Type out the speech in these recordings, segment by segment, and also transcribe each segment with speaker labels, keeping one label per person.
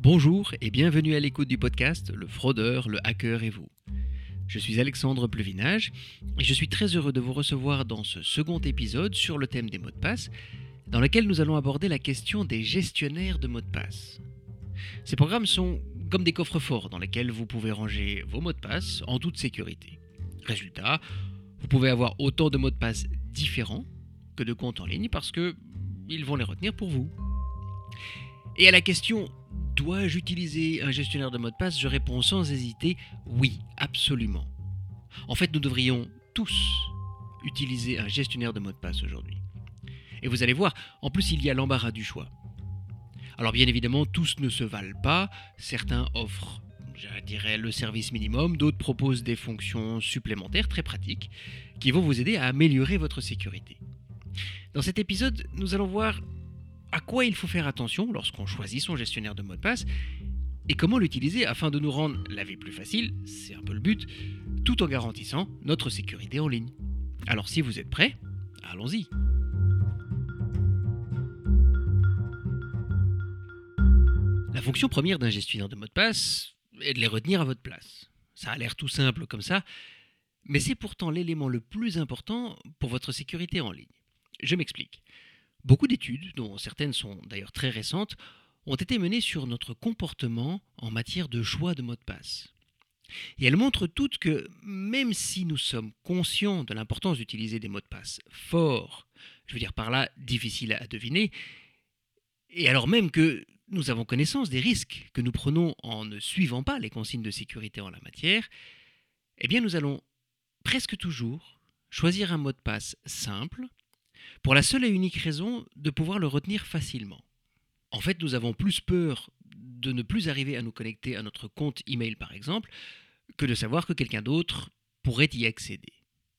Speaker 1: Bonjour et bienvenue à l'écoute du podcast Le fraudeur, le hacker et vous. Je suis Alexandre Pleuvinage et je suis très heureux de vous recevoir dans ce second épisode sur le thème des mots de passe, dans lequel nous allons aborder la question des gestionnaires de mots de passe. Ces programmes sont comme des coffres-forts dans lesquels vous pouvez ranger vos mots de passe en toute sécurité. Résultat, vous pouvez avoir autant de mots de passe différents que de comptes en ligne parce qu'ils vont les retenir pour vous. Et à la question « Dois-je utiliser un gestionnaire de mots de passe ?» je réponds sans hésiter « Oui, absolument ». En fait, nous devrions tous utiliser un gestionnaire de mots de passe aujourd'hui. Et vous allez voir, en plus il y a l'embarras du choix. Alors bien évidemment, tous ne se valent pas. Certains offrent, je dirais, le service minimum. D'autres proposent des fonctions supplémentaires très pratiques qui vont vous aider à améliorer votre sécurité. Dans cet épisode, nous allons voir à quoi il faut faire attention lorsqu'on choisit son gestionnaire de mot de passe et comment l'utiliser afin de nous rendre la vie plus facile, c'est un peu le but, tout en garantissant notre sécurité en ligne. Alors si vous êtes prêts, allons-y. La fonction première d'un gestionnaire de mot de passe est de les retenir à votre place. Ça a l'air tout simple comme ça, mais c'est pourtant l'élément le plus important pour votre sécurité en ligne. Je m'explique. Beaucoup d'études, dont certaines sont d'ailleurs très récentes, ont été menées sur notre comportement en matière de choix de mots de passe. Et elles montrent toutes que même si nous sommes conscients de l'importance d'utiliser des mots de passe forts, je veux dire par là difficiles à deviner, et alors même que nous avons connaissance des risques que nous prenons en ne suivant pas les consignes de sécurité en la matière, eh bien nous allons presque toujours choisir un mot de passe simple, pour la seule et unique raison de pouvoir le retenir facilement. En fait, nous avons plus peur de ne plus arriver à nous connecter à notre compte email par exemple, que de savoir que quelqu'un d'autre pourrait y accéder.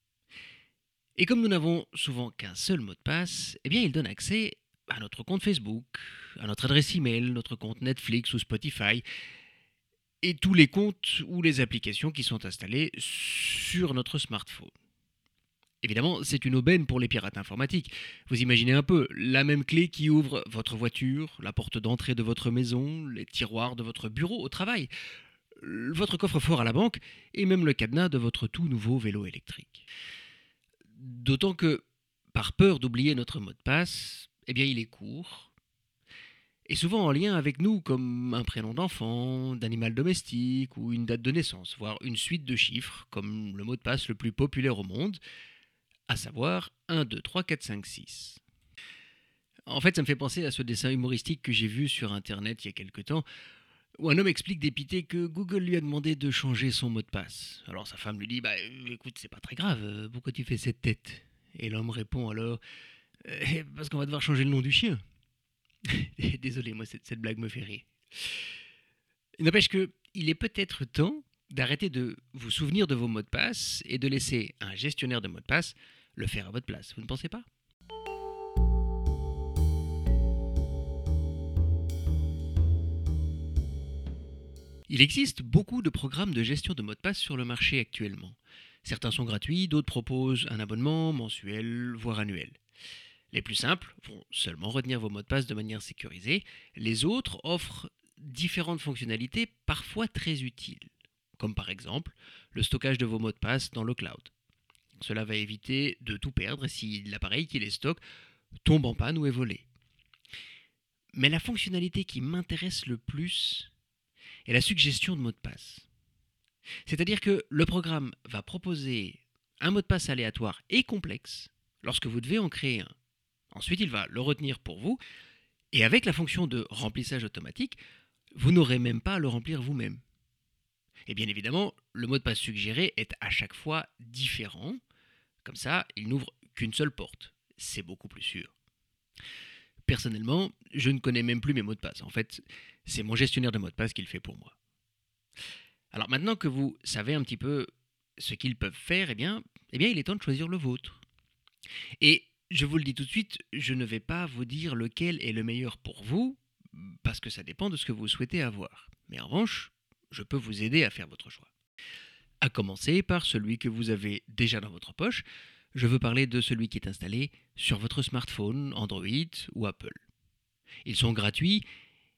Speaker 1: Et comme nous n'avons souvent qu'un seul mot de passe, eh bien il donne accès à notre compte Facebook, à notre adresse email, notre compte Netflix ou Spotify, et tous les comptes ou les applications qui sont installées sur notre smartphone. Évidemment, c'est une aubaine pour les pirates informatiques. Vous imaginez un peu, la même clé qui ouvre votre voiture, la porte d'entrée de votre maison, les tiroirs de votre bureau au travail, votre coffre-fort à la banque et même le cadenas de votre tout nouveau vélo électrique. D'autant que, par peur d'oublier notre mot de passe, eh bien il est court, et souvent en lien avec nous comme un prénom d'enfant, d'animal domestique ou une date de naissance, voire une suite de chiffres comme le mot de passe le plus populaire au monde, à savoir 1, 2, 3, 4, 5, 6. En fait, ça me fait penser à ce dessin humoristique que j'ai vu sur internet il y a quelque temps, où un homme explique dépité que Google lui a demandé de changer son mot de passe. Alors sa femme lui dit « écoute, c'est pas très grave, pourquoi tu fais cette tête ?» Et l'homme répond alors « Parce qu'on va devoir changer le nom du chien. » Désolé, moi cette blague me fait rire. Il n'empêche qu'il est peut-être temps d'arrêter de vous souvenir de vos mots de passe et de laisser un gestionnaire de mots de passe le faire à votre place. Vous ne pensez pas ? Il existe beaucoup de programmes de gestion de mots de passe sur le marché actuellement. Certains sont gratuits, d'autres proposent un abonnement mensuel, voire annuel. Les plus simples vont seulement retenir vos mots de passe de manière sécurisée. Les autres offrent différentes fonctionnalités parfois très utiles, comme par exemple le stockage de vos mots de passe dans le cloud. Cela va éviter de tout perdre si l'appareil qui les stocke tombe en panne ou est volé. Mais la fonctionnalité qui m'intéresse le plus est la suggestion de mots de passe. C'est-à-dire que le programme va proposer un mot de passe aléatoire et complexe lorsque vous devez en créer un. Ensuite, il va le retenir pour vous et avec la fonction de remplissage automatique, vous n'aurez même pas à le remplir vous-même. Et bien évidemment, le mot de passe suggéré est à chaque fois différent. Comme ça, il n'ouvre qu'une seule porte. C'est beaucoup plus sûr. Personnellement, je ne connais même plus mes mots de passe. En fait, c'est mon gestionnaire de mots de passe qui le fait pour moi. Alors maintenant que vous savez un petit peu ce qu'ils peuvent faire, eh bien, il est temps de choisir le vôtre. Et je vous le dis tout de suite, je ne vais pas vous dire lequel est le meilleur pour vous, parce que ça dépend de ce que vous souhaitez avoir. Mais en revanche, je peux vous aider à faire votre choix. À commencer par celui que vous avez déjà dans votre poche. Je veux parler de celui qui est installé sur votre smartphone, Android ou Apple. Ils sont gratuits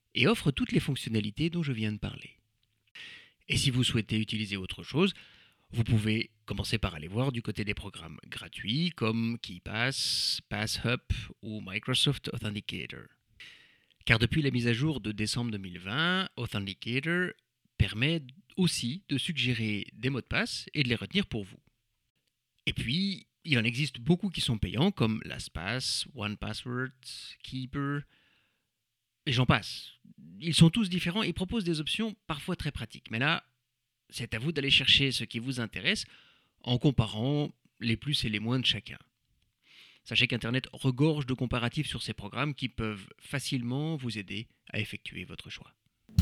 Speaker 1: et offre toutes les fonctionnalités dont je viens de parler. Et si vous souhaitez utiliser autre chose, vous pouvez commencer par aller voir du côté des programmes gratuits comme KeePass, PassHub ou Microsoft Authenticator. Car depuis la mise à jour de décembre 2020, Authenticator permet aussi de suggérer des mots de passe et de les retenir pour vous. Et puis, il en existe beaucoup qui sont payants comme LastPass, OnePassword, Keeper, et j'en passe. Ils sont tous différents et proposent des options parfois très pratiques. Mais là, c'est à vous d'aller chercher ce qui vous intéresse en comparant les plus et les moins de chacun. Sachez qu'Internet regorge de comparatifs sur ces programmes qui peuvent facilement vous aider à effectuer votre choix.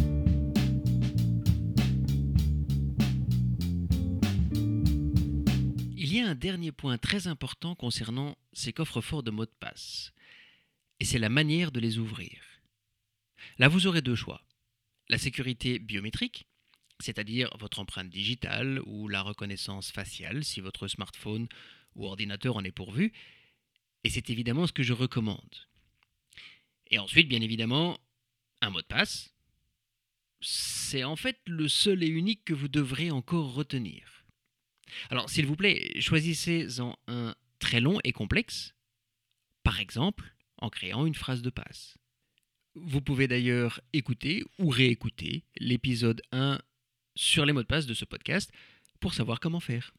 Speaker 1: Il y a un dernier point très important concernant ces coffres-forts de mots de passe, et c'est la manière de les ouvrir. Là, vous aurez deux choix. La sécurité biométrique, c'est-à-dire votre empreinte digitale ou la reconnaissance faciale si votre smartphone ou ordinateur en est pourvu, et c'est évidemment ce que je recommande. Et ensuite, bien évidemment, un mot de passe. C'est en fait le seul et unique que vous devrez encore retenir. Alors, s'il vous plaît, choisissez-en un très long et complexe, par exemple en créant une phrase de passe. Vous pouvez d'ailleurs écouter ou réécouter l'épisode 1 sur les mots de passe de ce podcast pour savoir comment faire.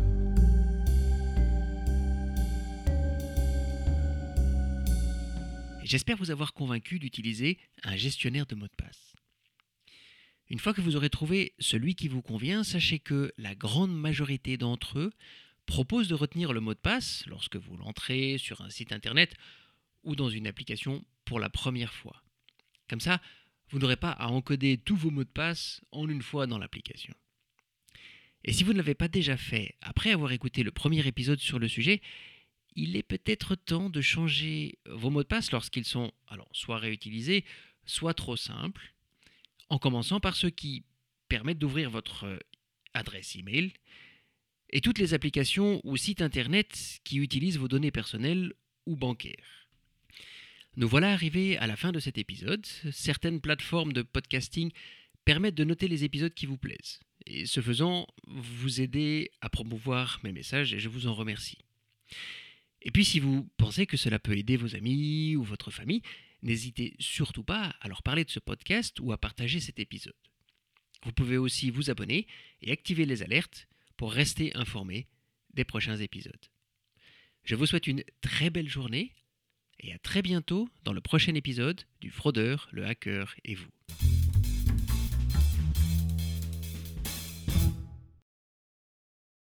Speaker 1: J'espère vous avoir convaincu d'utiliser un gestionnaire de mots de passe. Une fois que vous aurez trouvé celui qui vous convient, sachez que la grande majorité d'entre eux proposent de retenir le mot de passe lorsque vous l'entrez sur un site internet ou dans une application pour la première fois. Comme ça, vous n'aurez pas à encoder tous vos mots de passe en une fois dans l'application. Et si vous ne l'avez pas déjà fait après avoir écouté le premier épisode sur le sujet, il est peut-être temps de changer vos mots de passe lorsqu'ils sont soit réutilisés, soit trop simples, en commençant par ceux qui permettent d'ouvrir votre adresse email et toutes les applications ou sites internet qui utilisent vos données personnelles ou bancaires. Nous voilà arrivés à la fin de cet épisode. Certaines plateformes de podcasting permettent de noter les épisodes qui vous plaisent. Et ce faisant, vous aidez à promouvoir mes messages et je vous en remercie. Et puis si vous pensez que cela peut aider vos amis ou votre famille, n'hésitez surtout pas à leur parler de ce podcast ou à partager cet épisode. Vous pouvez aussi vous abonner et activer les alertes pour rester informé des prochains épisodes. Je vous souhaite une très belle journée et à très bientôt dans le prochain épisode du Fraudeur, le hacker et vous.